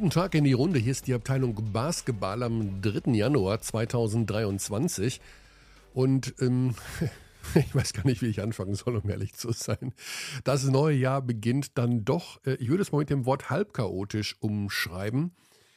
Guten Tag in die Runde. Hier ist die Abteilung Basketball am 3. Januar 2023. Und ich weiß gar nicht, wie ich anfangen soll, um ehrlich zu sein. Das neue Jahr beginnt dann doch, ich würde es mal mit dem Wort halb chaotisch umschreiben.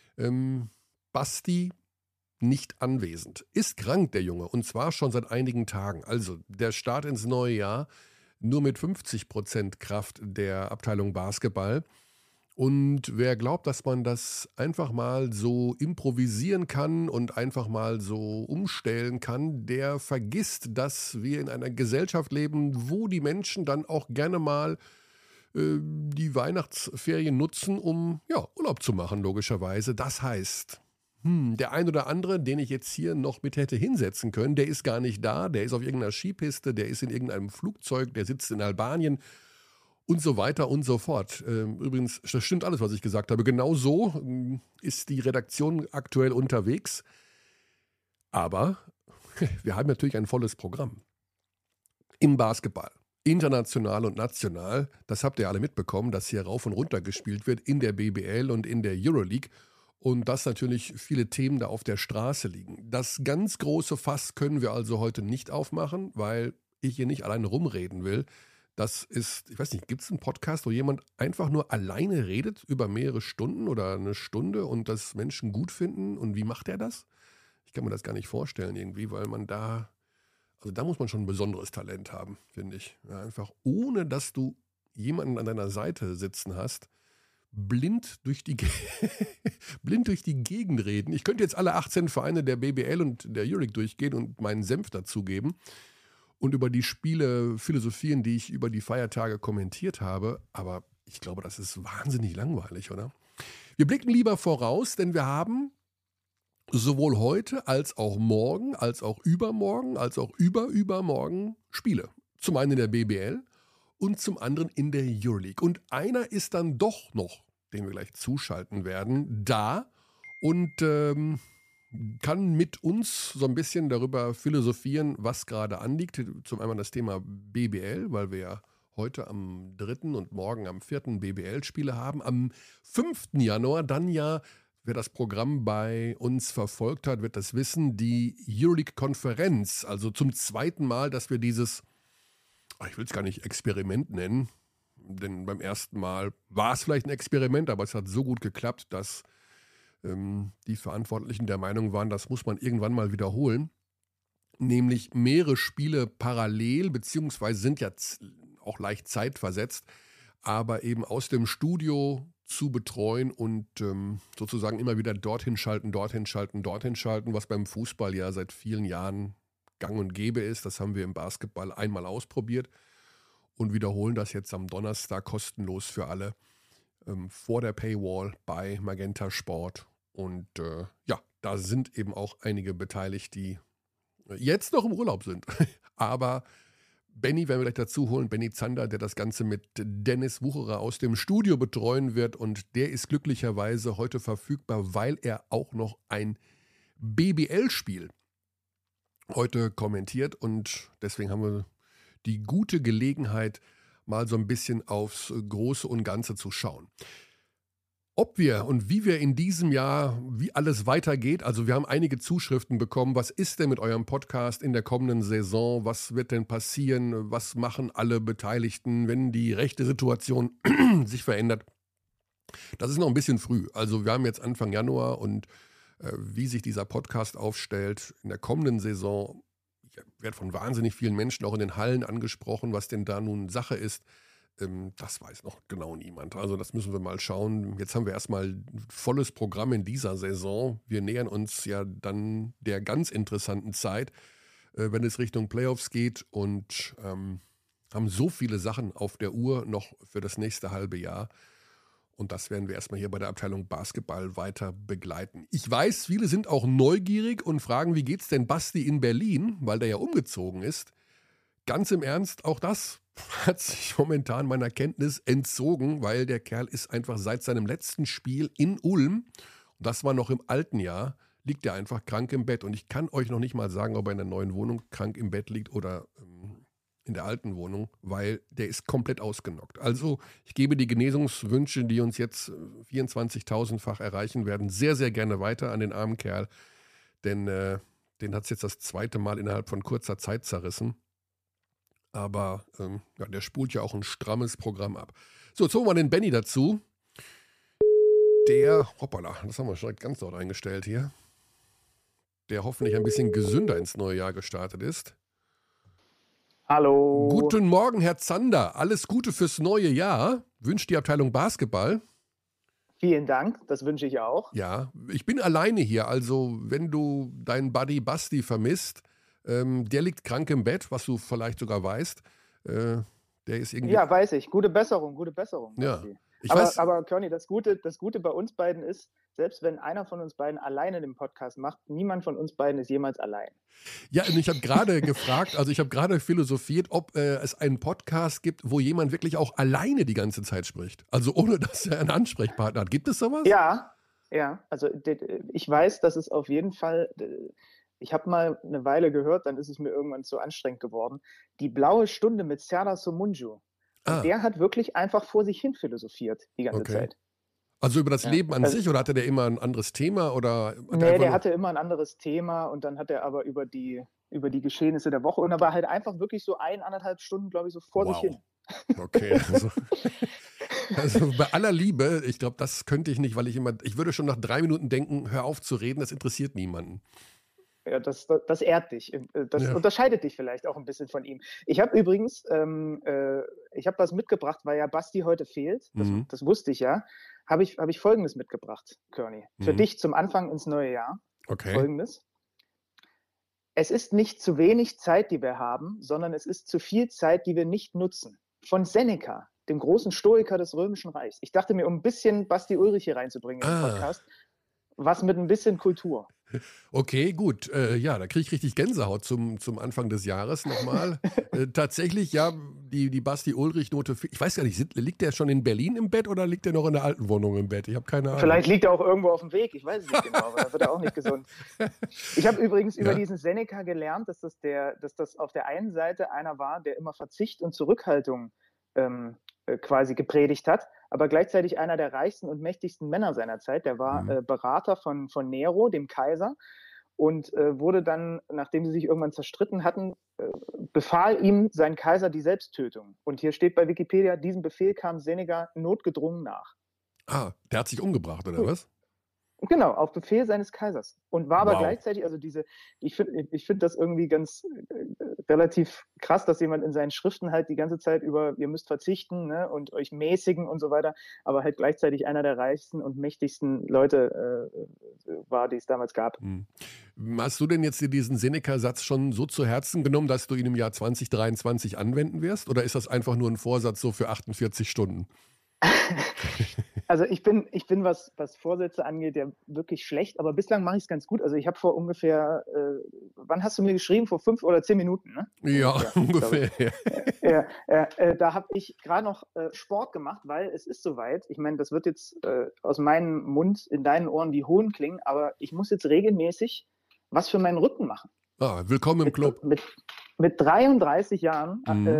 Basti nicht anwesend. Ist krank, der Junge, und zwar schon seit einigen Tagen. Also der Start ins neue Jahr nur mit 50% Kraft der Abteilung Basketball. Und wer glaubt, dass man das einfach mal so improvisieren kann und einfach mal so umstellen kann, der vergisst, dass wir in einer Gesellschaft leben, wo die Menschen dann auch gerne mal die Weihnachtsferien nutzen, um Urlaub zu machen, logischerweise. Das heißt, der ein oder andere, den ich jetzt hier noch mit hätte hinsetzen können, der ist gar nicht da, der ist auf irgendeiner Skipiste, der ist in irgendeinem Flugzeug, der sitzt in Albanien und so weiter und so fort. Übrigens, das stimmt alles, was ich gesagt habe. Genau so ist die Redaktion aktuell unterwegs. Aber wir haben natürlich ein volles Programm. Im Basketball. International und national. Das habt ihr alle mitbekommen, dass hier rauf und runter gespielt wird in der BBL und in der Euroleague. Und dass natürlich viele Themen da auf der Straße liegen. Das ganz große Fass können wir also heute nicht aufmachen, weil ich hier nicht alleine rumreden will. Das ist, ich weiß nicht, gibt es einen Podcast, wo jemand einfach nur alleine redet über mehrere Stunden oder eine Stunde und das Menschen gut finden? Und wie macht er das? Ich kann mir das gar nicht vorstellen irgendwie, weil man da muss man schon ein besonderes Talent haben, finde ich. Ja, einfach ohne, dass du jemanden an deiner Seite sitzen hast, blind durch die Gegend reden. Ich könnte jetzt alle 18 Vereine der BBL und der Euroleague durchgehen und meinen Senf dazugeben und über die Spiele philosophieren, die ich über die Feiertage kommentiert habe. Aber ich glaube, das ist wahnsinnig langweilig, oder? Wir blicken lieber voraus, denn wir haben sowohl heute als auch morgen, als auch übermorgen, als auch übermorgen Spiele. Zum einen in der BBL und zum anderen in der Euroleague. Und einer ist dann doch noch, den wir gleich zuschalten werden, da und kann mit uns so ein bisschen darüber philosophieren, was gerade anliegt. Zum einen das Thema BBL, weil wir ja heute am 3. und morgen am 4. BBL-Spiele haben. Am 5. Januar dann ja, wer das Programm bei uns verfolgt hat, wird das wissen, die Euroleague-Konferenz. Also zum zweiten Mal, dass wir dieses, ich will es gar nicht Experiment nennen, denn beim ersten Mal war es vielleicht ein Experiment, aber es hat so gut geklappt, dass die Verantwortlichen der Meinung waren, das muss man irgendwann mal wiederholen. Nämlich mehrere Spiele parallel, beziehungsweise sind ja auch leicht zeitversetzt, aber eben aus dem Studio zu betreuen und sozusagen immer wieder dorthin schalten, was beim Fußball ja seit vielen Jahren gang und gäbe ist. Das haben wir im Basketball einmal ausprobiert und wiederholen das jetzt am Donnerstag kostenlos für alle vor der Paywall bei Magenta Sport. Und da sind eben auch einige beteiligt, die jetzt noch im Urlaub sind. Aber Benny werden wir gleich dazu holen, Benny Zander, der das Ganze mit Dennis Wucherer aus dem Studio betreuen wird. Und der ist glücklicherweise heute verfügbar, weil er auch noch ein BBL-Spiel heute kommentiert. Und deswegen haben wir die gute Gelegenheit, mal so ein bisschen aufs Große und Ganze zu schauen. Ob wir und wie wir in diesem Jahr, wie alles weitergeht, also wir haben einige Zuschriften bekommen, was ist denn mit eurem Podcast in der kommenden Saison, was wird denn passieren, was machen alle Beteiligten, wenn die rechte Situation sich verändert. Das ist noch ein bisschen früh, also wir haben jetzt Anfang Januar und wie sich dieser Podcast aufstellt in der kommenden Saison, ich werde von wahnsinnig vielen Menschen auch in den Hallen angesprochen, was denn da nun Sache ist. Das weiß noch genau niemand. Also das müssen wir mal schauen. Jetzt haben wir erstmal ein volles Programm in dieser Saison. Wir nähern uns ja dann der ganz interessanten Zeit, wenn es Richtung Playoffs geht und haben so viele Sachen auf der Uhr noch für das nächste halbe Jahr. Und das werden wir erstmal hier bei der Abteilung Basketball weiter begleiten. Ich weiß, viele sind auch neugierig und fragen, wie geht's denn Basti in Berlin, weil der ja umgezogen ist. Ganz im Ernst, auch das hat sich momentan meiner Kenntnis entzogen, weil der Kerl ist einfach seit seinem letzten Spiel in Ulm, und das war noch im alten Jahr, liegt er einfach krank im Bett. Und ich kann euch noch nicht mal sagen, ob er in der neuen Wohnung krank im Bett liegt oder in der alten Wohnung, weil der ist komplett ausgenockt. Also ich gebe die Genesungswünsche, die uns jetzt 24.000-fach erreichen werden, sehr, sehr gerne weiter an den armen Kerl, denn den hat es jetzt das zweite Mal innerhalb von kurzer Zeit zerrissen. Aber der spult ja auch ein strammes Programm ab. So, jetzt holen wir den Benny dazu. Der, hoppala, das haben wir schon ganz dort eingestellt hier. Der hoffentlich ein bisschen gesünder ins neue Jahr gestartet ist. Hallo. Guten Morgen, Herr Zander. Alles Gute fürs neue Jahr. Wünscht die Abteilung Basketball. Vielen Dank, das wünsche ich auch. Ja, ich bin alleine hier. Also, wenn du deinen Buddy Basti vermisst, der liegt krank im Bett, was du vielleicht sogar weißt. Der ist irgendwie. Ja, weiß ich. Gute Besserung. Ja. Basti. Ich weiß, Aber Körny, das Gute bei uns beiden ist, selbst wenn einer von uns beiden alleine den Podcast macht, niemand von uns beiden ist jemals allein. ja, und ich habe gerade gefragt, also ich habe gerade philosophiert, ob es einen Podcast gibt, wo jemand wirklich auch alleine die ganze Zeit spricht. Also ohne, dass er einen Ansprechpartner hat. Gibt es sowas? Ja, also ich weiß, dass es auf jeden Fall, ich habe mal eine Weile gehört, dann ist es mir irgendwann zu anstrengend geworden, die blaue Stunde mit Serdar Somuncu. Und der hat wirklich einfach vor sich hin philosophiert die ganze Zeit. Also über das Leben an sich, oder hatte der immer ein anderes Thema? Oder nee, der hatte immer ein anderes Thema und dann hat er aber über die Geschehnisse der Woche und er war halt einfach wirklich so 1,5 Stunden, glaube ich, so vor sich hin. Okay, also bei aller Liebe, ich glaube, das könnte ich nicht, weil ich würde schon nach 3 Minuten denken, hör auf zu reden, das interessiert niemanden. Ja, das ehrt dich. Das unterscheidet dich vielleicht auch ein bisschen von ihm. Ich habe übrigens, ich habe was mitgebracht, weil ja Basti heute fehlt. Das wusste ich ja. Habe ich Folgendes mitgebracht, Körny. Für dich zum Anfang ins neue Jahr. Okay. Folgendes. Es ist nicht zu wenig Zeit, die wir haben, sondern es ist zu viel Zeit, die wir nicht nutzen. Von Seneca, dem großen Stoiker des Römischen Reichs. Ich dachte mir, um ein bisschen Basti Ulrich hier reinzubringen im Podcast, was mit ein bisschen Kultur. Okay, gut. Ja, da kriege ich richtig Gänsehaut zum Anfang des Jahres nochmal. Tatsächlich, ja, die Basti-Ulrich-Note, ich weiß gar nicht, liegt der schon in Berlin im Bett oder liegt der noch in der alten Wohnung im Bett? Ich habe keine Ahnung. Vielleicht liegt er auch irgendwo auf dem Weg, ich weiß es nicht genau, aber da wird er auch nicht gesund. Ich habe übrigens über diesen Seneca gelernt, dass das auf der einen Seite einer war, der immer Verzicht und Zurückhaltung quasi gepredigt hat, aber gleichzeitig einer der reichsten und mächtigsten Männer seiner Zeit. Der war Berater von Nero, dem Kaiser, und wurde dann, nachdem sie sich irgendwann zerstritten hatten, befahl ihm sein Kaiser die Selbsttötung. Und hier steht bei Wikipedia, diesem Befehl kam Seneca notgedrungen nach. Der hat sich umgebracht, oder was? Genau, auf Befehl seines Kaisers. Und war aber gleichzeitig, also ich finde das irgendwie ganz relativ krass, dass jemand in seinen Schriften halt die ganze Zeit über, ihr müsst verzichten, ne, und euch mäßigen und so weiter, aber halt gleichzeitig einer der reichsten und mächtigsten Leute war, die es damals gab. Hast du denn jetzt dir diesen Seneca-Satz schon so zu Herzen genommen, dass du ihn im Jahr 2023 anwenden wirst? Oder ist das einfach nur ein Vorsatz so für 48 Stunden? Also ich bin was Vorsätze angeht, ja wirklich schlecht, aber bislang mache ich es ganz gut. Also ich habe vor ungefähr, wann hast du mir geschrieben? Vor 5 oder 10 Minuten, ne? Ja, ungefähr. Da habe ich gerade noch Sport gemacht, weil es ist soweit. Ich meine, das wird jetzt aus meinem Mund in deinen Ohren wie Hohn klingen, aber ich muss jetzt regelmäßig was für meinen Rücken machen. Willkommen im Club. Mit 33 Jahren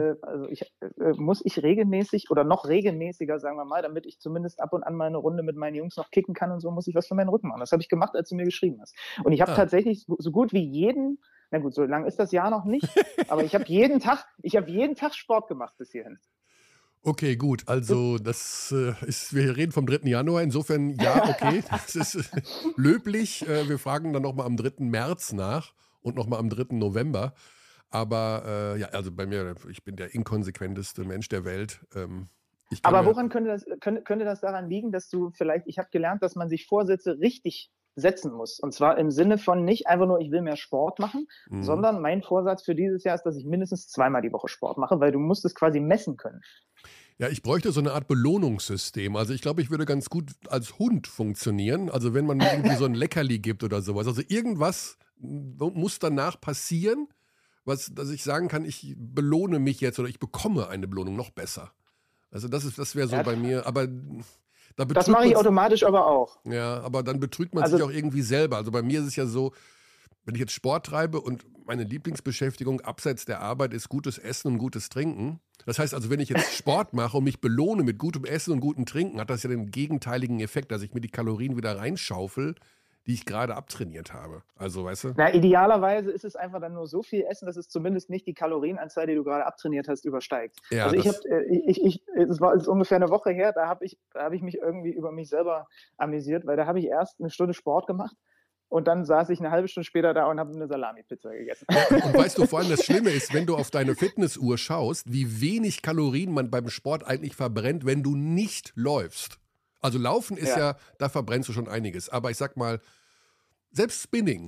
muss ich regelmäßig oder noch regelmäßiger, sagen wir mal, damit ich zumindest ab und an mal eine Runde mit meinen Jungs noch kicken kann und so, muss ich was für meinen Rücken machen. Das habe ich gemacht, als du mir geschrieben hast. Und ich habe tatsächlich so gut wie jeden, na gut, so lang ist das Jahr noch nicht, aber ich habe jeden Tag Sport gemacht bis hierhin. Okay, gut. Also wir reden vom 3. Januar. Insofern, ja, okay. Das ist löblich. Wir fragen dann nochmal am 3. März nach und nochmal am 3. November. Aber also bei mir, ich bin der inkonsequenteste Mensch der Welt. Aber woran könnte das daran liegen, dass du vielleicht, ich habe gelernt, dass man sich Vorsätze richtig setzen muss. Und zwar im Sinne von nicht einfach nur, ich will mehr Sport machen, sondern mein Vorsatz für dieses Jahr ist, dass ich mindestens 2-mal die Woche Sport mache, weil du musst es quasi messen können. Ja, ich bräuchte so eine Art Belohnungssystem. Also ich glaube, ich würde ganz gut als Hund funktionieren. Also wenn man mir irgendwie so ein Leckerli gibt oder sowas. Also irgendwas muss danach passieren, dass ich sagen kann, ich belohne mich jetzt oder ich bekomme eine Belohnung, noch besser. Also das wäre so bei mir, aber das mache ich automatisch aber auch. Ja, aber dann betrügt man sich auch irgendwie selber. Also bei mir ist es ja so, wenn ich jetzt Sport treibe und meine Lieblingsbeschäftigung abseits der Arbeit ist gutes Essen und gutes Trinken. Das heißt also, wenn ich jetzt Sport mache und mich belohne mit gutem Essen und gutem Trinken, hat das ja den gegenteiligen Effekt, dass ich mir die Kalorien wieder reinschaufel, die ich gerade abtrainiert habe. Also, weißt du? Na, idealerweise ist es einfach dann nur so viel Essen, dass es zumindest nicht die Kalorienanzahl, die du gerade abtrainiert hast, übersteigt. Ja, also es ist ungefähr eine Woche her, da hab ich mich irgendwie über mich selber amüsiert, weil da habe ich erst eine Stunde Sport gemacht und dann saß ich eine halbe Stunde später da und habe eine Salami-Pizza gegessen. Und weißt du, vor allem das Schlimme ist, wenn du auf deine Fitnessuhr schaust, wie wenig Kalorien man beim Sport eigentlich verbrennt, wenn du nicht läufst. Also Laufen ist ja, da verbrennst du schon einiges. Aber ich sag mal, selbst Spinning,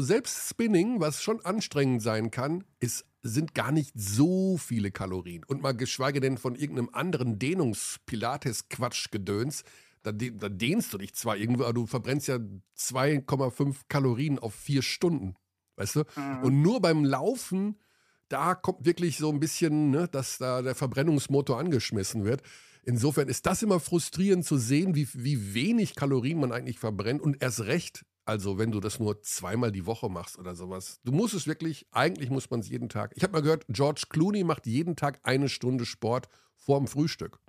was schon anstrengend sein kann, sind gar nicht so viele Kalorien. Und mal geschweige denn von irgendeinem anderen Dehnungs-Pilates-Quatsch-Gedöns, da dehnst du dich zwar irgendwo, aber du verbrennst ja 2,5 Kalorien auf 4 Stunden, weißt du? Mhm. Und nur beim Laufen, da kommt wirklich so ein bisschen, ne, dass da der Verbrennungsmotor angeschmissen wird. Insofern ist das immer frustrierend zu sehen, wie wenig Kalorien man eigentlich verbrennt und erst recht, also wenn du das nur zweimal die Woche machst oder sowas. Du musst es wirklich, eigentlich muss man es jeden Tag. Ich habe mal gehört, George Clooney macht jeden Tag 1 Stunde Sport vorm Frühstück.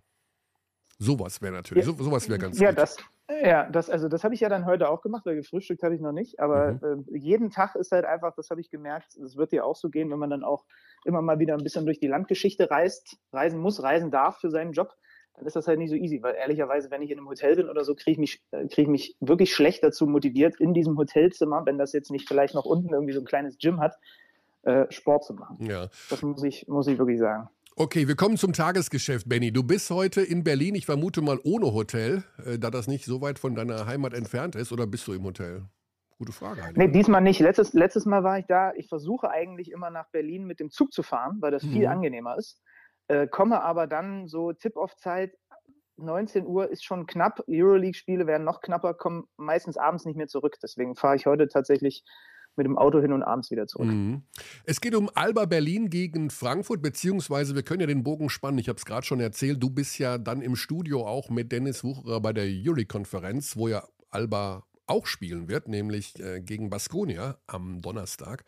Sowas wäre natürlich, sowas wäre ganz ja, gut. das habe ich ja dann heute auch gemacht, weil gefrühstückt habe ich noch nicht, aber jeden Tag ist halt einfach, das habe ich gemerkt, das wird dir auch so gehen, wenn man dann auch immer mal wieder ein bisschen durch die Landgeschichte reisen darf für seinen Job, dann ist das halt nicht so easy, weil ehrlicherweise, wenn ich in einem Hotel bin oder so, kriege ich mich wirklich schlecht dazu motiviert, in diesem Hotelzimmer, wenn das jetzt nicht vielleicht noch unten irgendwie so ein kleines Gym hat, Sport zu machen. Ja. Das muss ich wirklich sagen. Okay, wir kommen zum Tagesgeschäft, Benny. Du bist heute in Berlin, ich vermute mal ohne Hotel, da das nicht so weit von deiner Heimat entfernt ist, oder bist du im Hotel? Gute Frage eigentlich. Nee, diesmal nicht. Letztes Mal war ich da. Ich versuche eigentlich immer nach Berlin mit dem Zug zu fahren, weil das viel angenehmer ist. Komme aber dann so Tip-Off-Zeit, 19 Uhr ist schon knapp. Euroleague-Spiele werden noch knapper, kommen meistens abends nicht mehr zurück. Deswegen fahre ich heute tatsächlich mit dem Auto hin und abends wieder zurück. Es geht um Alba Berlin gegen Frankfurt, beziehungsweise wir können ja den Bogen spannen. Ich habe es gerade schon erzählt, du bist ja dann im Studio auch mit Dennis Wucherer bei der Euroleague-Konferenz, wo ja Alba auch spielen wird, nämlich gegen Baskonia am Donnerstag.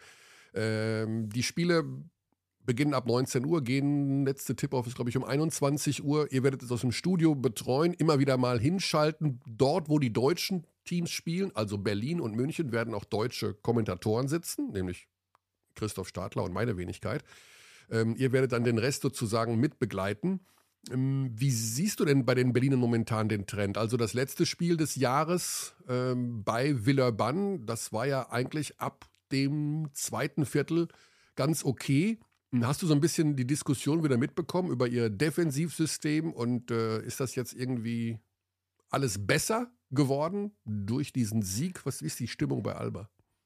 Die Spiele beginnen ab 19 Uhr, gehen, letzte Tip-Off ist, glaube ich, um 21 Uhr. Ihr werdet es aus dem Studio betreuen, immer wieder mal hinschalten. Dort, wo die deutschen Teams spielen, also Berlin und München, werden auch deutsche Kommentatoren sitzen, nämlich Christoph Stadler und meine Wenigkeit. Ihr werdet dann den Rest sozusagen mitbegleiten. Wie siehst du denn bei den Berlinern momentan den Trend? Also das letzte Spiel des Jahres bei Villeurbanne, das war ja eigentlich ab dem zweiten Viertel ganz okay. Hast du so ein bisschen die Diskussion wieder mitbekommen über ihr Defensivsystem und ist das jetzt irgendwie alles besser geworden durch diesen Sieg? Was ist die Stimmung bei Alba?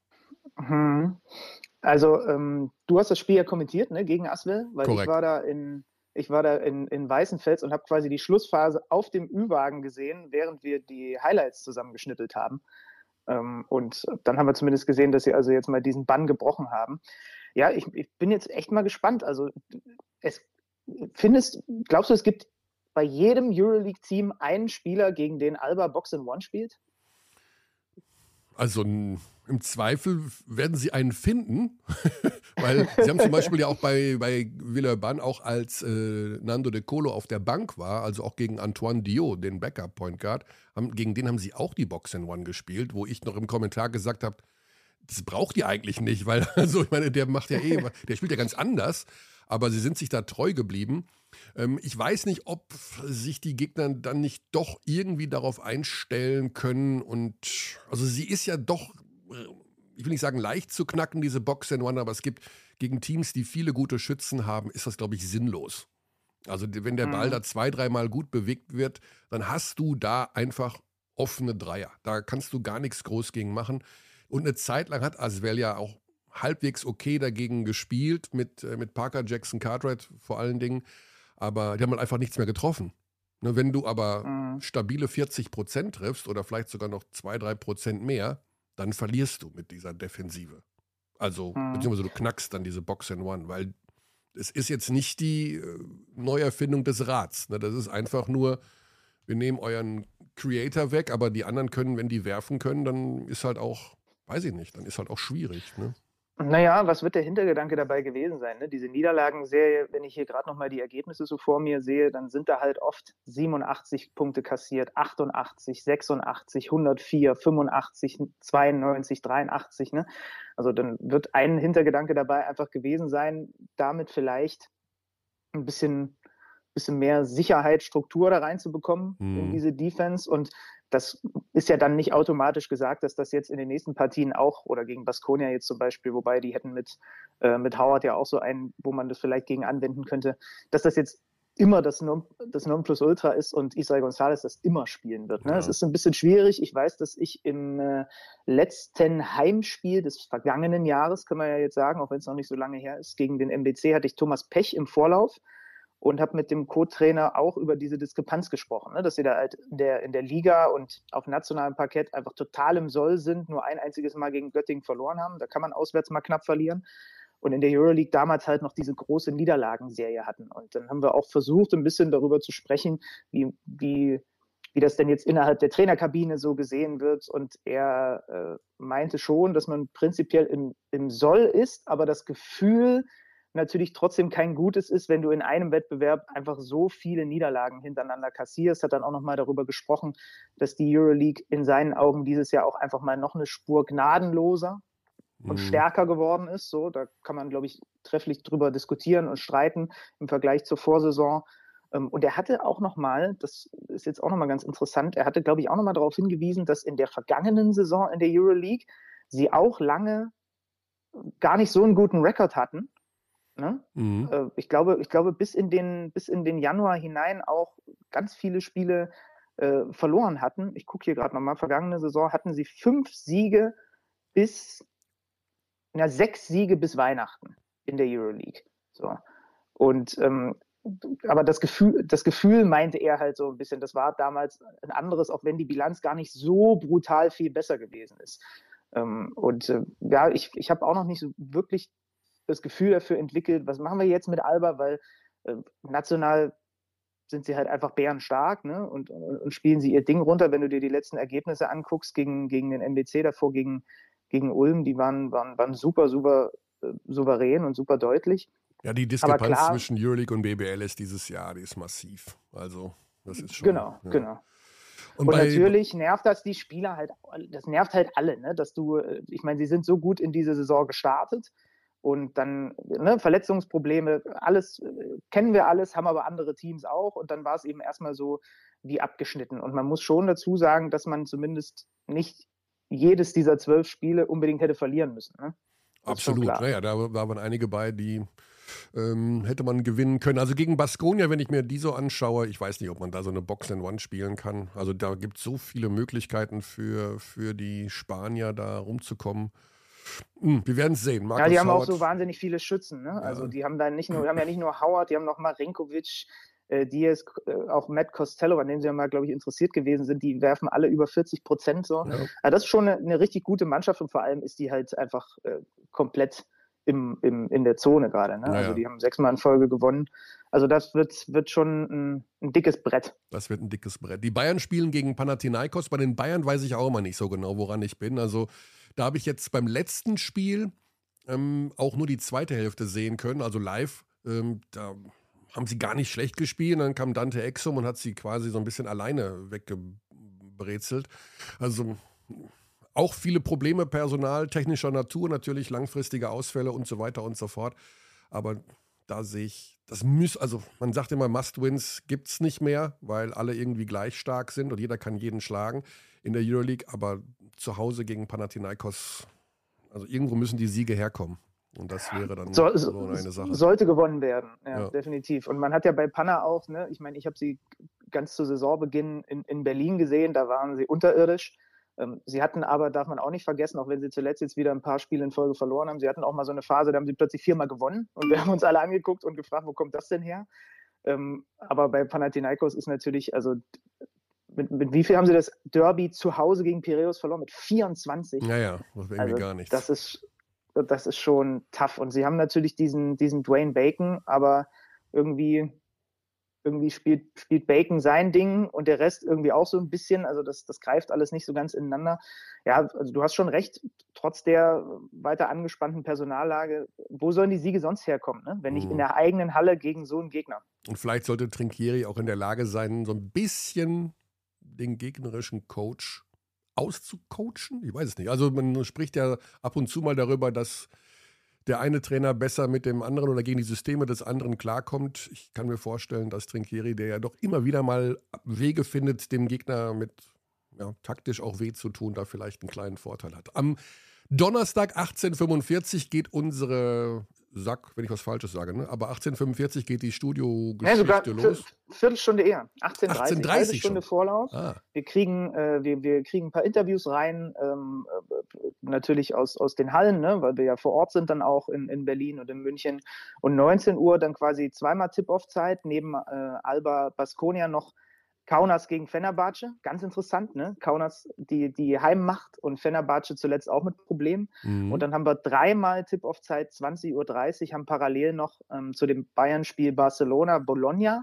Also du hast das Spiel ja kommentiert, ne, gegen Asvel, weil Korrekt. ich war da in Weißenfels und habe quasi die Schlussphase auf dem Ü-Wagen gesehen, während wir die Highlights zusammengeschnippelt haben. Und dann haben wir zumindest gesehen, dass sie also jetzt mal diesen Bann gebrochen haben. Ja, ich bin jetzt echt mal gespannt. Also glaubst du, es gibt bei jedem Euroleague-Team einen Spieler, gegen den Alba Box-and-One spielt? Also im Zweifel werden sie einen finden, weil sie haben zum Beispiel ja auch bei Villeurbanne, auch als Nando De Colo auf der Bank war, also auch gegen Antoine Diot, den Backup-Point Guard, gegen den haben sie auch die Box-and-One gespielt, wo ich noch im Kommentar gesagt habe, das braucht ihr eigentlich nicht, weil, also ich meine, der macht ja der spielt ja ganz anders, aber sie sind sich da treu geblieben. Ich weiß nicht, ob sich die Gegner dann nicht doch irgendwie darauf einstellen können und, also sie ist ja doch, ich will nicht sagen leicht zu knacken, diese Box-and-One, aber es gibt gegen Teams, die viele gute Schützen haben, ist das, glaube ich, sinnlos. Also wenn der Ball da 2-3 Mal gut bewegt wird, dann hast du da einfach offene Dreier. Da kannst du gar nichts groß gegen machen. Und eine Zeit lang hat Asvel ja auch halbwegs okay dagegen gespielt, mit Parker Jackson Cartwright vor allen Dingen. Aber die haben halt einfach nichts mehr getroffen. Ne, wenn du aber stabile 40% triffst oder vielleicht sogar noch 2-3% mehr, dann verlierst du mit dieser Defensive. Also, beziehungsweise du knackst dann diese Box-and-One, weil es ist jetzt nicht die Neuerfindung des Rads. Ne? Das ist einfach nur, wir nehmen euren Creator weg, aber die anderen können, wenn die werfen können, dann ist halt auch, weiß ich nicht, dann ist halt auch schwierig. Ne? Naja, was wird der Hintergedanke dabei gewesen sein? Ne? Diese Niederlagenserie, wenn ich hier gerade nochmal die Ergebnisse so vor mir sehe, dann sind da halt oft 87 Punkte kassiert, 88, 86, 104, 85, 92, 83. Ne? Also dann wird ein Hintergedanke dabei einfach gewesen sein, damit vielleicht ein bisschen mehr Sicherheit, Struktur da reinzubekommen in diese Defense. Und das ist ja dann nicht automatisch gesagt, dass das jetzt in den nächsten Partien auch, oder gegen Baskonia jetzt zum Beispiel, wobei die hätten mit Howard ja auch so einen, wo man das vielleicht gegen anwenden könnte, dass das jetzt immer das Nonplusultra ist und Israel González das immer spielen wird. Ne? Es ist ein bisschen schwierig. Ich weiß, dass ich im letzten Heimspiel des vergangenen Jahres, können wir ja jetzt sagen, auch wenn es noch nicht so lange her ist, gegen den MBC hatte ich Thomas Pech im Vorlauf und habe mit dem Co-Trainer auch über diese Diskrepanz gesprochen, ne? Dass sie da halt in der Liga und auf nationalem Parkett einfach total im Soll sind, nur ein einziges Mal gegen Göttingen verloren haben. Da kann man auswärts mal knapp verlieren. Und in der Euroleague damals halt noch diese große Niederlagenserie hatten. Und dann haben wir auch versucht, ein bisschen darüber zu sprechen, wie das denn jetzt innerhalb der Trainerkabine so gesehen wird. Und er meinte schon, dass man prinzipiell im Soll ist, aber das Gefühl natürlich trotzdem kein gutes ist, wenn du in einem Wettbewerb einfach so viele Niederlagen hintereinander kassierst. Hat dann auch nochmal darüber gesprochen, dass die Euroleague in seinen Augen dieses Jahr auch einfach mal noch eine Spur gnadenloser und stärker geworden ist. So, da kann man, glaube ich, trefflich drüber diskutieren und streiten im Vergleich zur Vorsaison. Und er hatte auch nochmal, das ist jetzt auch nochmal ganz interessant, er hatte, glaube ich, auch nochmal darauf hingewiesen, dass in der vergangenen Saison in der Euroleague sie auch lange gar nicht so einen guten Rekord hatten. Ne? Ich glaube, bis in den Januar hinein auch ganz viele Spiele verloren hatten. Ich gucke hier gerade nochmal, vergangene Saison hatten sie 6 Siege bis Weihnachten in der Euroleague. So. Und aber das Gefühl meinte er halt so ein bisschen, das war damals ein anderes, auch wenn die Bilanz gar nicht so brutal viel besser gewesen ist. Ja, ich habe auch noch nicht so wirklich das Gefühl dafür entwickelt, was machen wir jetzt mit Alba, weil national sind sie halt einfach bärenstark, ne? Und spielen sie ihr Ding runter. Wenn du dir die letzten Ergebnisse anguckst gegen den MBC davor, gegen Ulm, die waren super souverän und super deutlich. Ja, die Diskrepanz zwischen Euroleague und BBL ist dieses Jahr, die ist massiv. Also das ist schon... Genau. Und natürlich nervt das die Spieler halt, das nervt halt alle, ne? Dass ich meine, sie sind so gut in diese Saison gestartet und dann Verletzungsprobleme, alles kennen wir alles, haben aber andere Teams auch und dann war es eben erstmal so wie abgeschnitten. Und man muss schon dazu sagen, dass man zumindest nicht jedes dieser 12 Spiele unbedingt hätte verlieren müssen. Ne? Absolut, naja, da waren einige bei, die hätte man gewinnen können. Also gegen Baskonia, wenn ich mir die so anschaue, ich weiß nicht, ob man da so eine Box-and-One spielen kann. Also da gibt es so viele Möglichkeiten für die Spanier da rumzukommen. Wir werden es sehen. Marcus die haben Howard, auch so wahnsinnig viele Schützen. Ne? Ja. Also die haben ja nicht nur Howard, die haben noch Marinkovic, Diaz, auch Matt Costello, an dem sie ja mal, glaube ich, interessiert gewesen sind. Die werfen alle über 40%. So. Ja. Also das ist schon eine richtig gute Mannschaft und vor allem ist die halt einfach komplett in der Zone gerade. Ne? Naja. Also die haben 6-mal in Folge gewonnen. Also das wird schon ein dickes Brett. Das wird ein dickes Brett. Die Bayern spielen gegen Panathinaikos. Bei den Bayern weiß ich auch immer nicht so genau, woran ich bin. Also da habe ich jetzt beim letzten Spiel auch nur die zweite Hälfte sehen können, also live. Da haben sie gar nicht schlecht gespielt. Dann kam Dante Exum und hat sie quasi so ein bisschen alleine weggebrezelt. Also auch viele Probleme, Personal, technischer Natur, natürlich langfristige Ausfälle und so weiter und so fort. Aber da sehe ich, also man sagt immer, Must-Wins gibt es nicht mehr, weil alle irgendwie gleich stark sind und jeder kann jeden schlagen in der Euroleague. Aber zu Hause gegen Panathinaikos, also irgendwo müssen die Siege herkommen. Und das wäre dann so eine Sache. Sollte gewonnen werden, ja, definitiv. Und man hat ja bei Panna auch, ne, ich meine, ich habe sie ganz zu Saisonbeginn in Berlin gesehen, da waren sie unterirdisch. Sie hatten aber, darf man auch nicht vergessen, auch wenn sie zuletzt jetzt wieder ein paar Spiele in Folge verloren haben, sie hatten auch mal so eine Phase, da haben sie plötzlich 4-mal gewonnen und wir haben uns alle angeguckt und gefragt, wo kommt das denn her? Aber bei Panathinaikos ist natürlich, also mit wie viel haben sie das Derby zu Hause gegen Piräus verloren? Mit 24. Naja, das wäre irgendwie gar nichts. Das ist schon tough. Und sie haben natürlich diesen Dwayne Bacon, aber irgendwie spielt Bacon sein Ding und der Rest irgendwie auch so ein bisschen. Also das greift alles nicht so ganz ineinander. Ja, also du hast schon recht. trotz der weiter angespannten Personallage, wo sollen die Siege sonst herkommen, ne? Wenn nicht in der eigenen Halle gegen so einen Gegner? Und vielleicht sollte Trinchieri auch in der Lage sein, so ein bisschen den gegnerischen Coach auszucoachen. Ich weiß es nicht. Also man spricht ja ab und zu mal darüber, dass der eine Trainer besser mit dem anderen oder gegen die Systeme des anderen klarkommt. Ich kann mir vorstellen, dass Trinchieri, der ja doch immer wieder mal Wege findet, dem Gegner mit taktisch auch weh zu tun, da vielleicht einen kleinen Vorteil hat. Am Donnerstag 18:45 geht unsere, wenn ich was Falsches sage, ne? Aber 18:45 geht die Studiogeschichte sogar los. Viertelstunde eher. 18:30, halbe Stunde schon. Vorlauf. Wir kriegen ein paar Interviews rein, natürlich aus den Hallen, ne? Weil wir ja vor Ort sind dann auch in Berlin und in München. Und 19 Uhr dann quasi zweimal Tip-Off-Zeit, neben Alba Baskonia noch Kaunas gegen Fenerbahce, ganz interessant, ne? Kaunas die Heimmacht und Fenerbahce zuletzt auch mit Problemen. Und dann haben wir dreimal Tip-Off-Zeit, 20:30 Uhr, haben parallel noch zu dem Bayern-Spiel Barcelona-Bologna.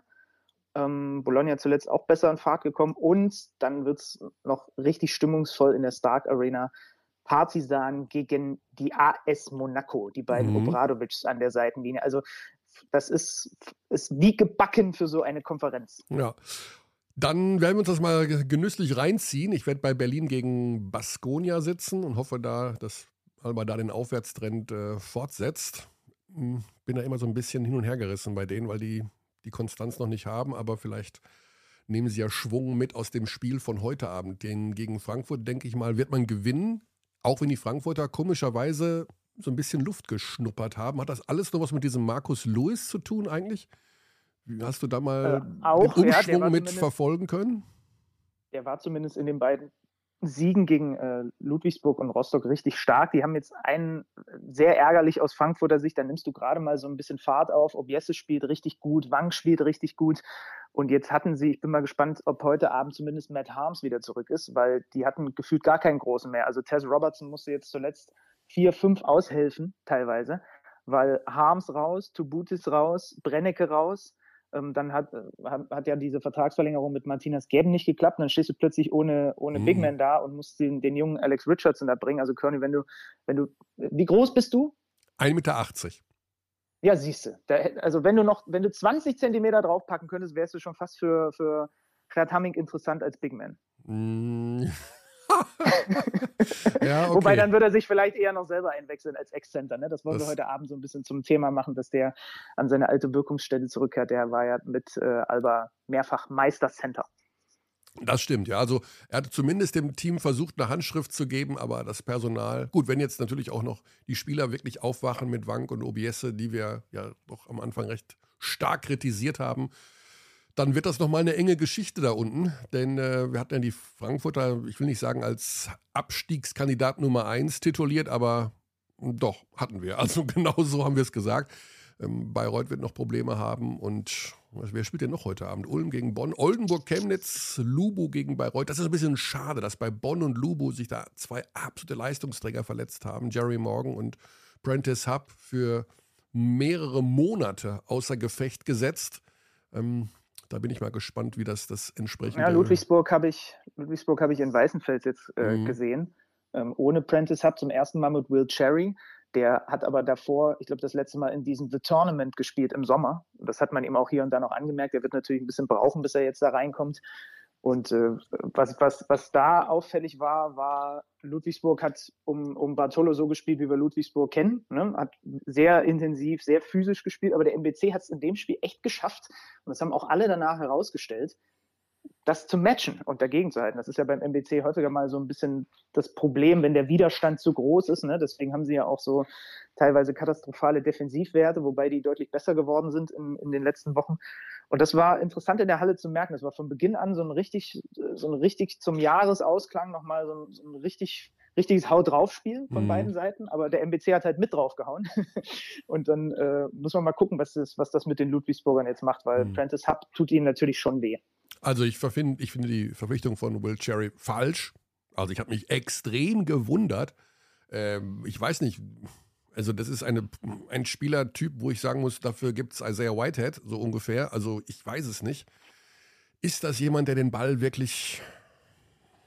Bologna zuletzt auch besser in Fahrt gekommen. Und dann wird es noch richtig stimmungsvoll in der Stark Arena. Partizan gegen die AS Monaco, die beiden Obradovics an der Seitenlinie. Also das ist wie gebacken für so eine Konferenz. Ja. Dann werden wir uns das mal genüsslich reinziehen. Ich werde bei Berlin gegen Baskonia sitzen und hoffe dass Alba da den Aufwärtstrend fortsetzt. Bin da immer so ein bisschen hin und her gerissen bei denen, weil die Konstanz noch nicht haben, aber vielleicht nehmen sie ja Schwung mit aus dem Spiel von heute Abend. Den gegen Frankfurt, denke ich mal, wird man gewinnen, auch wenn die Frankfurter komischerweise so ein bisschen Luft geschnuppert haben. Hat das alles noch was mit diesem Markus Lewis zu tun eigentlich? Hast du da mal den Umschwung mit verfolgen können? Der war zumindest in den beiden Siegen gegen Ludwigsburg und Rostock richtig stark. Die haben jetzt einen sehr ärgerlich aus Frankfurter Sicht. Da nimmst du gerade mal so ein bisschen Fahrt auf. Obiese spielt richtig gut, Wang spielt richtig gut. Und jetzt hatten sie, ich bin mal gespannt, ob heute Abend zumindest Matt Harms wieder zurück ist, weil die hatten gefühlt gar keinen großen mehr. Also Tess Robertson musste jetzt zuletzt 4, 5 aushelfen teilweise, weil Harms raus, Tubutis raus, Brennecke raus. Dann hat ja diese Vertragsverlängerung mit Martinez Gäben nicht geklappt. Dann stehst du plötzlich ohne Big Man da und musst den jungen Alex Richardson da bringen. Also Kearney, wenn du, wie groß bist du? 1,80 Meter. Ja, siehst du. Also wenn du 20 Zentimeter draufpacken könntest, wärst du schon fast für Gerd Hamming interessant als Big Man. Ja, okay. Wobei, dann würde er sich vielleicht eher noch selber einwechseln als Ex-Center. Ne? Das wollen wir heute Abend so ein bisschen zum Thema machen, dass der an seine alte Wirkungsstätte zurückkehrt. Der war ja mit Alba mehrfach Meister-Center. Das stimmt, ja. Also er hat zumindest dem Team versucht, eine Handschrift zu geben, aber das Personal, gut, wenn jetzt natürlich auch noch die Spieler wirklich aufwachen mit Wank und Obiese, die wir ja doch am Anfang recht stark kritisiert haben, dann wird das nochmal eine enge Geschichte da unten, denn wir hatten ja die Frankfurter, ich will nicht sagen als Abstiegskandidat Nummer 1 tituliert, aber doch, hatten wir. Also genau so haben wir es gesagt. Bayreuth wird noch Probleme haben und wer spielt denn noch heute Abend? Ulm gegen Bonn, Oldenburg, Chemnitz, Lubu gegen Bayreuth. Das ist ein bisschen schade, dass bei Bonn und Lubu sich da 2 absolute Leistungsträger verletzt haben. Jerry Morgan und Prentice Hub für mehrere Monate außer Gefecht gesetzt. Da bin ich mal gespannt, wie das entsprechende... Ja, Ludwigsburg habe ich in Weißenfels jetzt gesehen. Ohne Prentice Hub zum ersten Mal mit Will Cherry. Der hat aber davor, ich glaube, das letzte Mal in diesem The Tournament gespielt im Sommer. Das hat man ihm auch hier und da noch angemerkt. Er wird natürlich ein bisschen brauchen, bis er jetzt da reinkommt. Und was da auffällig war, Ludwigsburg hat um Bartolo so gespielt, wie wir Ludwigsburg kennen. Ne? Hat sehr intensiv, sehr physisch gespielt, aber der MBC hat es in dem Spiel echt geschafft. Und das haben auch alle danach herausgestellt, das zu matchen und dagegen zu halten. Das ist ja beim MBC häufiger mal so ein bisschen das Problem, wenn der Widerstand zu groß ist. Ne? Deswegen haben sie ja auch so teilweise katastrophale Defensivwerte, wobei die deutlich besser geworden sind in den letzten Wochen. Und das war interessant in der Halle zu merken. Das war von Beginn an so ein richtig zum Jahresausklang nochmal so ein richtiges Haut-drauf-Spiel von beiden Seiten. Aber der MBC hat halt mit draufgehauen. Und dann muss man mal gucken, was das mit den Ludwigsburgern jetzt macht, weil Prentice Hub tut ihnen natürlich schon weh. Also ich finde die Verpflichtung von Will Cherry falsch. Also ich habe mich extrem gewundert. Ich weiß nicht, also das ist ein Spielertyp, wo ich sagen muss, dafür gibt es Isaiah Whitehead, so ungefähr. Also ich weiß es nicht. Ist das jemand, der den Ball wirklich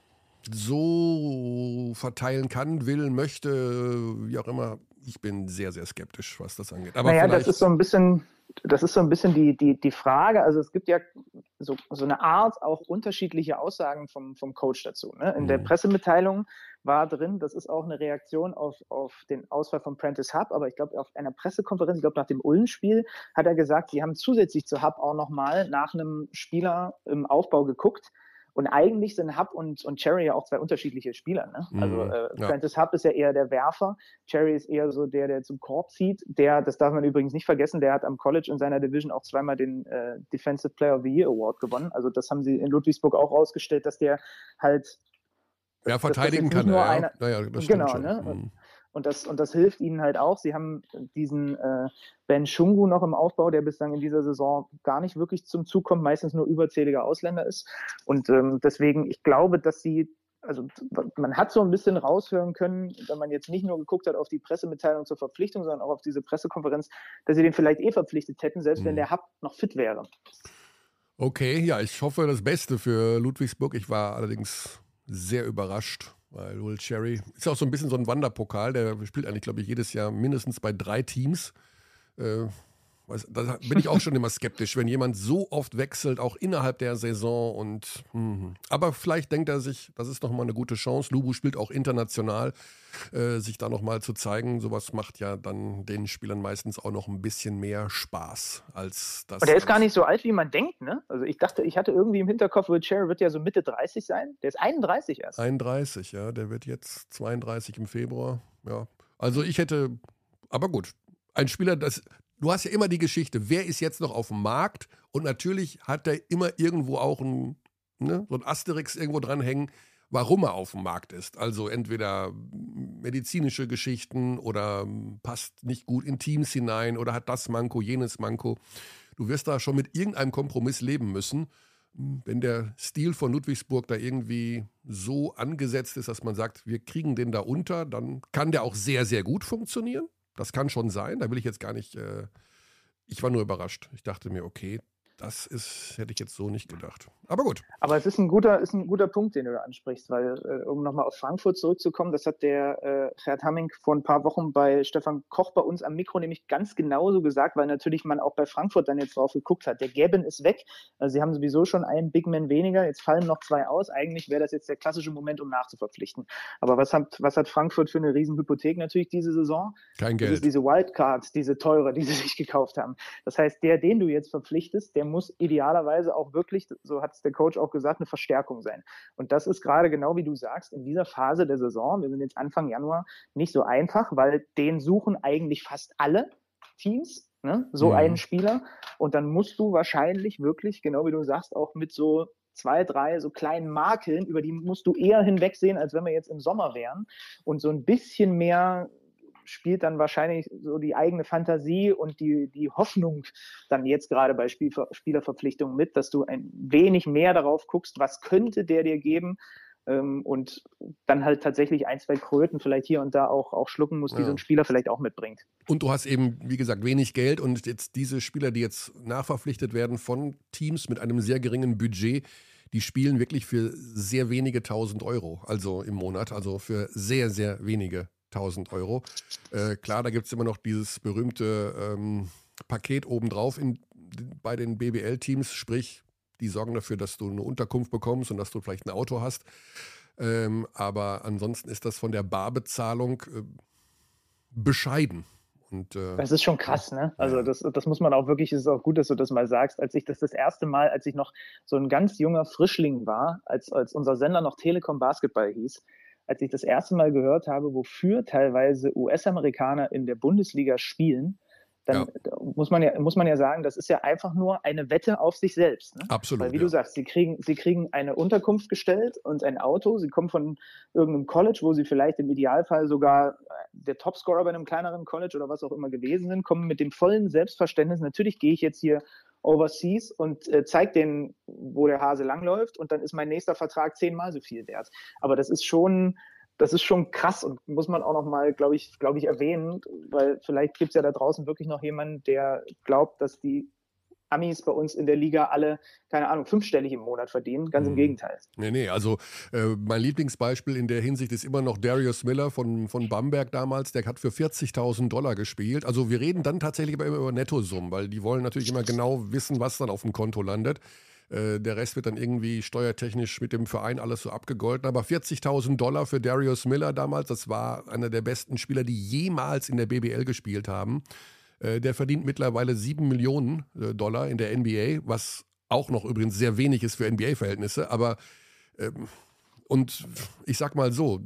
so verteilen kann, will, möchte, wie auch immer. Ich bin sehr, sehr skeptisch, was das angeht. Aber naja, vielleicht, das ist so ein bisschen die Frage. Also es gibt ja so eine Art auch unterschiedliche Aussagen vom Coach dazu. Ne? In der Pressemitteilung war drin, das ist auch eine Reaktion auf den Ausfall von Prentice Hub, aber ich glaube, auf einer Pressekonferenz, ich glaube, nach dem Ulm-Spiel, hat er gesagt, sie haben zusätzlich zu Hub auch nochmal nach einem Spieler im Aufbau geguckt. Und eigentlich sind Hub und Cherry ja auch zwei unterschiedliche Spieler. Ne? Also Prentice Hub ist ja eher der Werfer, Cherry ist eher so der zum Korb zieht. Das darf man übrigens nicht vergessen, der hat am College in seiner Division auch zweimal den Defensive Player of the Year Award gewonnen. Also das haben sie in Ludwigsburg auch rausgestellt, dass der halt verteidigen kann er, ja. Naja, das stimmt genau, schon. Ne? Und das hilft ihnen halt auch. Sie haben diesen Ben Shungu noch im Aufbau, der bislang in dieser Saison gar nicht wirklich zum Zug kommt, meistens nur überzähliger Ausländer ist. Und deswegen, ich glaube, also man hat so ein bisschen raushören können, wenn man jetzt nicht nur geguckt hat auf die Pressemitteilung zur Verpflichtung, sondern auch auf diese Pressekonferenz, dass sie den vielleicht verpflichtet hätten, selbst wenn der Hub noch fit wäre. Okay, ja, ich hoffe das Beste für Ludwigsburg. Ich war allerdings sehr überrascht, weil Will Cherry ist ja auch so ein bisschen so ein Wanderpokal. Der spielt eigentlich, glaube ich, jedes Jahr mindestens bei 3 Teams. Da bin ich auch schon immer skeptisch, wenn jemand so oft wechselt, auch innerhalb der Saison. Aber vielleicht denkt er sich, das ist nochmal eine gute Chance. Lubu spielt auch international, sich da nochmal zu zeigen. Sowas macht ja dann den Spielern meistens auch noch ein bisschen mehr Spaß als das. Und der ist gar nicht so alt, wie man denkt, ne? Also ich hatte irgendwie im Hinterkopf, Will Cherry wird ja so Mitte 30 sein. Der ist 31 erst. 31, ja. Der wird jetzt 32 im Februar. Ja. Also aber gut, ein Spieler, du hast ja immer die Geschichte, wer ist jetzt noch auf dem Markt? Und natürlich hat er immer irgendwo auch so ein Asterix irgendwo dranhängen, warum er auf dem Markt ist. Also entweder medizinische Geschichten oder passt nicht gut in Teams hinein oder hat das Manko, jenes Manko. Du wirst da schon mit irgendeinem Kompromiss leben müssen. Wenn der Stil von Ludwigsburg da irgendwie so angesetzt ist, dass man sagt, wir kriegen den da unter, dann kann der auch sehr, sehr gut funktionieren. Das kann schon sein, da will ich jetzt gar nicht, ich war nur überrascht. Ich dachte mir, okay, hätte ich jetzt so nicht gedacht. Aber gut. Aber es ist ein guter Punkt, den du da ansprichst, weil, um nochmal auf Frankfurt zurückzukommen, das hat der Gerd Hamming vor ein paar Wochen bei Stefan Koch bei uns am Mikro nämlich ganz genauso gesagt, weil natürlich man auch bei Frankfurt dann jetzt drauf geguckt hat. Der Gabin ist weg, also sie haben sowieso schon einen Big Man weniger, jetzt fallen noch 2 aus. Eigentlich wäre das jetzt der klassische Moment, um nachzuverpflichten. Aber was hat Frankfurt für eine Riesenhypothek natürlich diese Saison? Kein Geld. Das ist diese Wildcard, diese teure, die sie sich gekauft haben. Das heißt, den du jetzt verpflichtest, der muss idealerweise auch wirklich, so hat es der Coach auch gesagt, eine Verstärkung sein. Und das ist gerade genau wie du sagst, in dieser Phase der Saison, wir sind jetzt Anfang Januar, nicht so einfach, weil den suchen eigentlich fast alle Teams, ne? So einen Spieler. Und dann musst du wahrscheinlich wirklich, genau wie du sagst, auch mit so 2, 3 so kleinen Makeln, über die musst du eher hinwegsehen, als wenn wir jetzt im Sommer wären. Und so ein bisschen mehr spielt dann wahrscheinlich so die eigene Fantasie und die Hoffnung dann jetzt gerade bei Spielerverpflichtungen mit, dass du ein wenig mehr darauf guckst, was könnte der dir geben, und dann halt tatsächlich 1, 2 Kröten vielleicht hier und da auch schlucken muss, die so ein Spieler vielleicht auch mitbringt. Und du hast eben, wie gesagt, wenig Geld und jetzt diese Spieler, die jetzt nachverpflichtet werden von Teams mit einem sehr geringen Budget, die spielen wirklich für sehr wenige 1.000 Euro, also im Monat, also für sehr, sehr wenige 1.000 Euro. Klar, da gibt es immer noch dieses berühmte Paket obendrauf bei den BBL-Teams, sprich, die sorgen dafür, dass du eine Unterkunft bekommst und dass du vielleicht ein Auto hast. Aber ansonsten ist das von der Barbezahlung bescheiden. Das ist schon krass, ne? Also das muss man auch wirklich, es ist auch gut, dass du das mal sagst. Als ich das erste Mal, als ich noch so ein ganz junger Frischling war, als unser Sender noch Telekom Basketball hieß, als ich das erste Mal gehört habe, wofür teilweise US-Amerikaner in der Bundesliga spielen, dann muss man ja sagen, das ist ja einfach nur eine Wette auf sich selbst. Ne? Absolut. Weil wie du sagst, sie kriegen eine Unterkunft gestellt und ein Auto, sie kommen von irgendeinem College, wo sie vielleicht im Idealfall sogar der Topscorer bei einem kleineren College oder was auch immer gewesen sind, kommen mit dem vollen Selbstverständnis, natürlich gehe ich jetzt hier overseas und zeige denen, wo der Hase langläuft und dann ist mein nächster Vertrag 10-mal so viel wert. Aber das ist schon krass und muss man auch noch mal, glaube ich, erwähnen, weil vielleicht gibt es ja da draußen wirklich noch jemanden, der glaubt, dass die Amis bei uns in der Liga alle, keine Ahnung, 5-stellig im Monat verdienen. Ganz im Gegenteil. Nee, also mein Lieblingsbeispiel in der Hinsicht ist immer noch Darius Miller von Bamberg damals. Der hat für $40.000 gespielt. Also wir reden dann tatsächlich aber immer über Nettosummen, weil die wollen natürlich immer genau wissen, was dann auf dem Konto landet. Der Rest wird dann irgendwie steuertechnisch mit dem Verein alles so abgegolten. Aber $40.000 für Darius Miller damals, das war einer der besten Spieler, die jemals in der BBL gespielt haben. Der verdient mittlerweile $7 Millionen in der NBA, was auch noch übrigens sehr wenig ist für NBA-Verhältnisse. Aber, und ich sag mal so,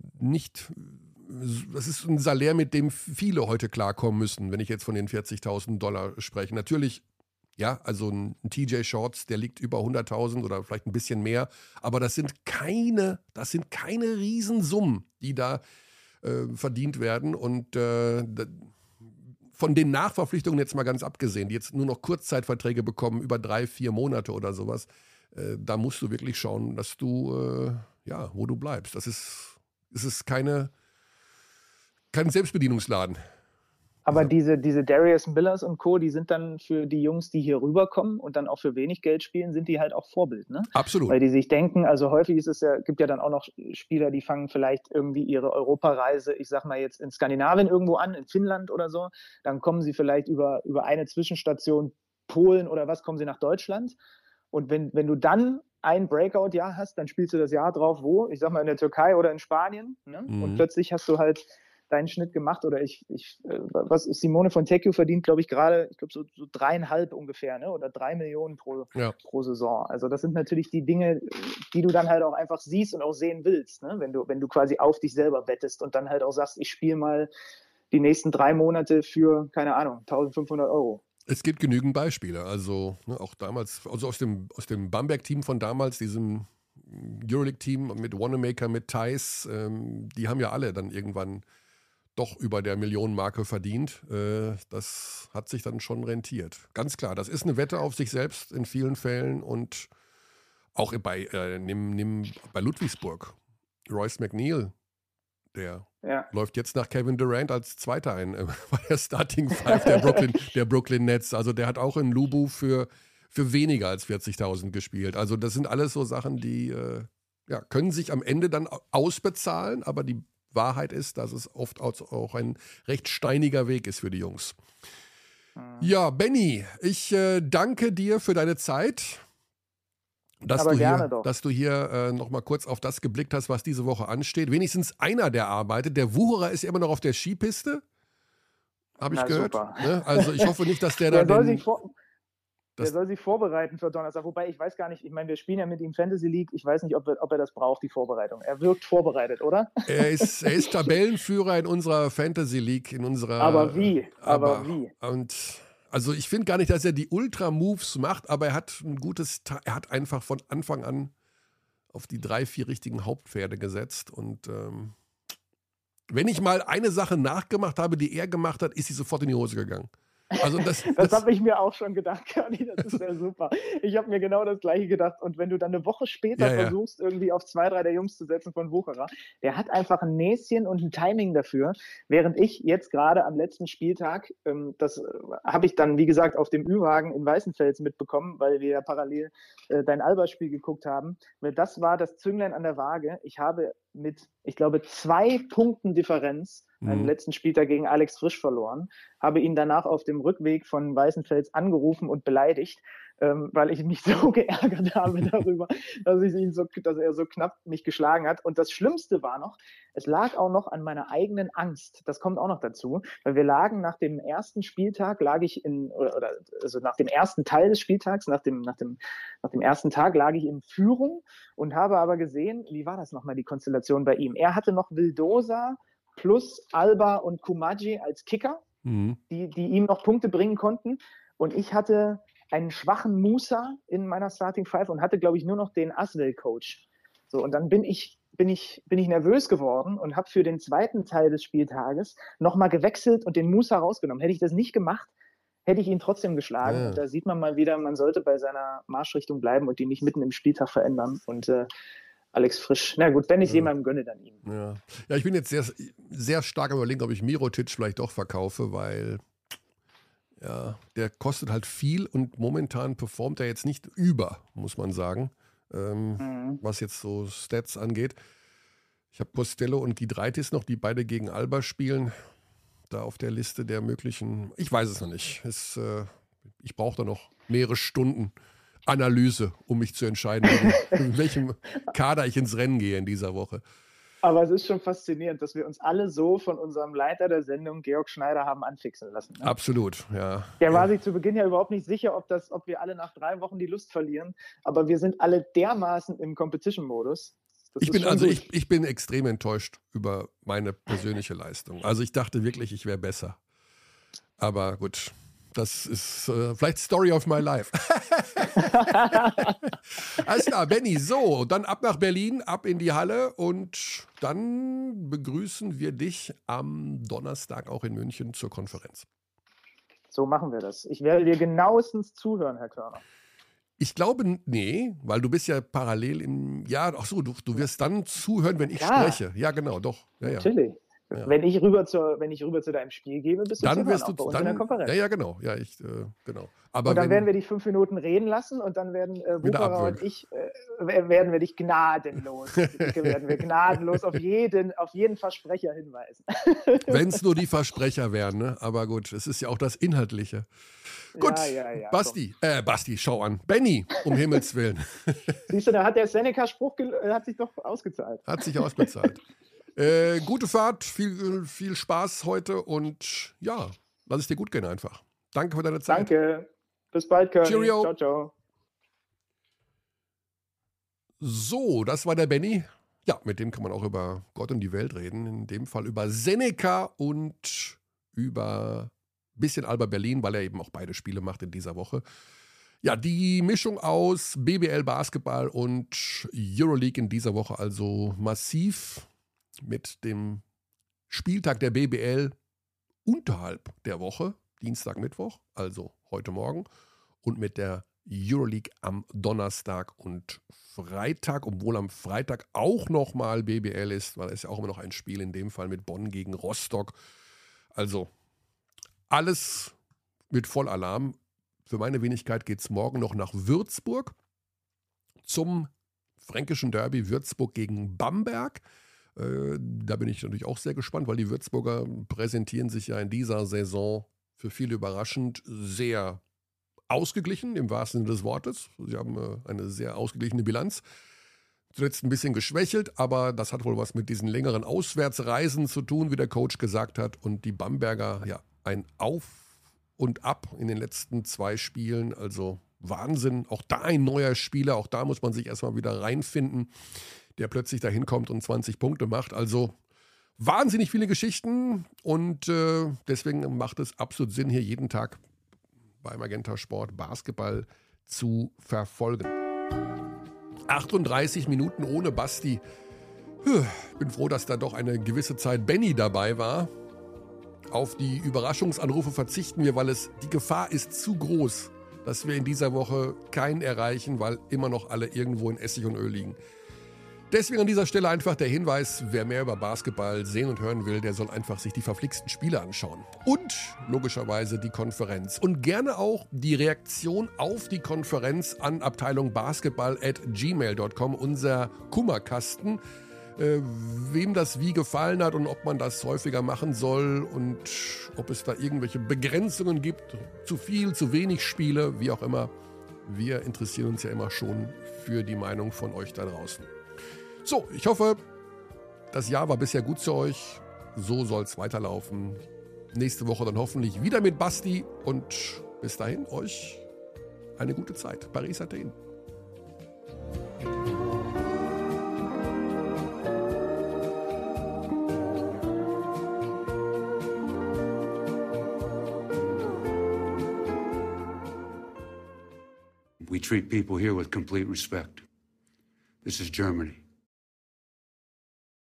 das ist ein Salär, mit dem viele heute klarkommen müssen, wenn ich jetzt von den $40.000 spreche. Natürlich, ja, also ein TJ Shorts, der liegt über 100.000 oder vielleicht ein bisschen mehr. Aber das sind keine Riesensummen, die da verdient werden. Und von den Nachverpflichtungen jetzt mal ganz abgesehen, die jetzt nur noch Kurzzeitverträge bekommen, über 3-4 Monate oder sowas, da musst du wirklich schauen, dass du, wo du bleibst. Es ist kein Selbstbedienungsladen. Aber diese Darius Millers und Co., die sind dann für die Jungs, die hier rüberkommen und dann auch für wenig Geld spielen, sind die halt auch Vorbild, ne? Absolut. Weil die sich denken, also häufig ist es ja, gibt ja dann auch noch Spieler, die fangen vielleicht irgendwie ihre Europareise, ich sag mal jetzt in Skandinavien irgendwo an, in Finnland oder so, dann kommen sie vielleicht über eine Zwischenstation Polen oder was, kommen sie nach Deutschland. Und wenn du dann ein Breakout-Jahr hast, dann spielst du das Jahr drauf, wo? Ich sag mal in der Türkei oder in Spanien, ne? Und plötzlich hast du halt deinen Schnitt gemacht oder was Simone Fontecchio verdient, glaube ich, gerade, ich glaube so 3,5 ungefähr, ne? Oder 3 Millionen pro Saison. Also das sind natürlich die Dinge, die du dann halt auch einfach siehst und auch sehen willst, ne? Wenn du quasi auf dich selber wettest und dann halt auch sagst, ich spiele mal die nächsten 3 Monate für, keine Ahnung, 1.500 Euro. Es gibt genügend Beispiele, also auch damals, also aus dem Bamberg-Team von damals, diesem Euroleague-Team mit Wanamaker, mit Theis, die haben ja alle dann irgendwann doch über der Millionenmarke verdient. Das hat sich dann schon rentiert. Ganz klar, das ist eine Wette auf sich selbst in vielen Fällen und auch bei Ludwigsburg. Royce McNeil, der läuft jetzt nach Kevin Durant als Zweiter ein, bei der Starting Five der Brooklyn Nets. Also der hat auch in Lubu für weniger als 40.000 gespielt. Also das sind alles so Sachen, die können sich am Ende dann ausbezahlen, aber die Wahrheit ist, dass es oft auch ein recht steiniger Weg ist für die Jungs. Ja, Benny, ich danke dir für deine Zeit, dass du hier noch mal kurz auf das geblickt hast, was diese Woche ansteht. Wenigstens einer, der arbeitet. Der Wucherer ist ja immer noch auf der Skipiste, habe ich gehört. Ne? Also ich hoffe nicht, dass der da der soll sich vorbereiten für Donnerstag. Wobei, ich weiß gar nicht, ich meine, wir spielen ja mit ihm Fantasy League. Ich weiß nicht, ob er das braucht, die Vorbereitung. Er wirkt vorbereitet, oder? Er ist Tabellenführer in unserer Fantasy League. Aber wie? Und also ich finde gar nicht, dass er die Ultra-Moves macht, aber er hat einfach von Anfang an auf die 3-4 richtigen Hauptpferde gesetzt. Und wenn ich mal eine Sache nachgemacht habe, die er gemacht hat, ist sie sofort in die Hose gegangen. Also das habe ich mir auch schon gedacht, Kani, das ist ja super. Ich habe mir genau das Gleiche gedacht. Und wenn du dann eine Woche später versuchst, irgendwie auf 2, 3 der Jungs zu setzen von Wucherer, der hat einfach ein Näschen und ein Timing dafür. Während ich jetzt gerade am letzten Spieltag, das habe ich dann, wie gesagt, auf dem Ü-Wagen in Weißenfels mitbekommen, weil wir ja parallel dein Alba-Spiel geguckt haben. Weil das war das Zünglein an der Waage. Ich habe mit, ich glaube, 2 Punkten Differenz am letzten Spieltag gegen Alex Frisch verloren, habe ihn danach auf dem Rückweg von Weißenfels angerufen und beleidigt, weil ich mich so geärgert habe darüber, dass er so knapp mich geschlagen hat. Und das Schlimmste war noch, es lag auch noch an meiner eigenen Angst. Das kommt auch noch dazu, weil wir lagen nach dem ersten Spieltag, nach dem ersten Teil des Spieltags, nach dem ersten Tag lag ich in Führung und habe aber gesehen, wie war das nochmal, die Konstellation bei ihm? Er hatte noch Vildosa plus Alba und Kumaji als Kicker, die ihm noch Punkte bringen konnten. Und ich hatte einen schwachen Musa in meiner Starting Five und hatte, glaube ich, nur noch den Aswell-Coach. So, und dann bin ich nervös geworden und habe für den zweiten Teil des Spieltages nochmal gewechselt und den Musa rausgenommen. Hätte ich das nicht gemacht, hätte ich ihn trotzdem geschlagen. Ja. Und da sieht man mal wieder, man sollte bei seiner Marschrichtung bleiben und die nicht mitten im Spieltag verändern. Und Alex Frisch, na gut, wenn ich jemandem gönne, dann ihm. Ja, ich bin jetzt sehr, sehr stark am Überlegen, ob ich Mirotic vielleicht doch verkaufe, weil Ja, der kostet halt viel und momentan performt er jetzt nicht über, muss man sagen, was jetzt so Stats angeht. Ich habe Costello und Giedraitis noch, die beide gegen Alba spielen. Da auf der Liste der möglichen, ich weiß es noch nicht. Ich brauche da noch mehrere Stunden Analyse, um mich zu entscheiden, in welchem Kader ich ins Rennen gehe in dieser Woche. Aber es ist schon faszinierend, dass wir uns alle so von unserem Leiter der Sendung, Georg Schneider, haben anfixen lassen. Ne? Absolut, ja. Der war sich zu Beginn ja überhaupt nicht sicher, ob wir alle nach 3 Wochen die Lust verlieren. Aber wir sind alle dermaßen im Competition-Modus. Ich bin extrem enttäuscht über meine persönliche Leistung. Also ich dachte wirklich, ich wäre besser. Aber gut, das ist vielleicht Story of my life. Alles klar, Benni, so, dann ab nach Berlin, ab in die Halle und dann begrüßen wir dich am Donnerstag auch in München zur Konferenz. So machen wir das. Ich werde dir genauestens zuhören, Herr Körner. Ich glaube, nee, weil du bist ja parallel ach so, du wirst dann zuhören, wenn ich spreche. Ja, genau, doch. Ja, natürlich. Ja. Wenn ich rüber zu deinem Spiel gebe, bist du dann wirst du bei uns in der Konferenz. Ja, genau. Ja, genau. Aber und dann werden wir dich 5 Minuten reden lassen und dann werden Wucherer und ich werden wir dich gnadenlos auf jeden Versprecher hinweisen. Wenn es nur die Versprecher wären, ne? Aber gut, es ist ja auch das Inhaltliche. Gut, ja, Basti, schau an. Benni, um Himmels Willen. Siehst du, da hat der Seneca-Spruch hat sich doch ausgezahlt. Hat sich ausbezahlt. Gute Fahrt, viel Spaß heute und ja, lass es dir gut gehen einfach. Danke für deine Zeit. Danke. Bis bald, Körny. Cheerio. Ciao, ciao. So, das war der Benni. Ja, mit dem kann man auch über Gott und die Welt reden. In dem Fall über Seneca und über ein bisschen Alba Berlin, weil er eben auch beide Spiele macht in dieser Woche. Ja, die Mischung aus BBL Basketball und Euroleague in dieser Woche also massiv mit dem Spieltag der BBL unterhalb der Woche, Dienstag, Mittwoch, also heute Morgen, und mit der Euroleague am Donnerstag und Freitag, obwohl am Freitag auch nochmal BBL ist, weil es ja auch immer noch ein Spiel in dem Fall mit Bonn gegen Rostock. Also alles mit Vollalarm. Für meine Wenigkeit geht es morgen noch nach Würzburg zum fränkischen Derby Würzburg gegen Bamberg. Da bin ich natürlich auch sehr gespannt, weil die Würzburger präsentieren sich ja in dieser Saison für viele überraschend sehr ausgeglichen, im wahrsten Sinne des Wortes. Sie haben eine sehr ausgeglichene Bilanz. Zuletzt ein bisschen geschwächelt, aber das hat wohl was mit diesen längeren Auswärtsreisen zu tun, wie der Coach gesagt hat. Und die Bamberger, ja, ein Auf und Ab in den letzten 2 Spielen. Also Wahnsinn. Auch da ein neuer Spieler, auch da muss man sich erstmal wieder reinfinden, der plötzlich da hinkommt und 20 Punkte macht. Also wahnsinnig viele Geschichten und deswegen macht es absolut Sinn, hier jeden Tag bei Magenta Sport Basketball zu verfolgen. 38 Minuten ohne Basti. Bin froh, dass da doch eine gewisse Zeit Benni dabei war. Auf die Überraschungsanrufe verzichten wir, weil die Gefahr ist zu groß, dass wir in dieser Woche keinen erreichen, weil immer noch alle irgendwo in Essig und Öl liegen. Deswegen an dieser Stelle einfach der Hinweis, wer mehr über Basketball sehen und hören will, der soll einfach sich die verflixten Spiele anschauen. Und logischerweise die Konferenz. Und gerne auch die Reaktion auf die Konferenz an Abteilung basketball@gmail.com, unser Kummerkasten. Wem das wie gefallen hat und ob man das häufiger machen soll und ob es da irgendwelche Begrenzungen gibt, zu viel, zu wenig Spiele, wie auch immer. Wir interessieren uns ja immer schon für die Meinung von euch da draußen. So, ich hoffe, das Jahr war bisher gut zu euch. So soll es weiterlaufen. Nächste Woche dann hoffentlich wieder mit Basti. Und bis dahin euch eine gute Zeit. Paris, Athen. We treat people here with complete respect. This is Germany.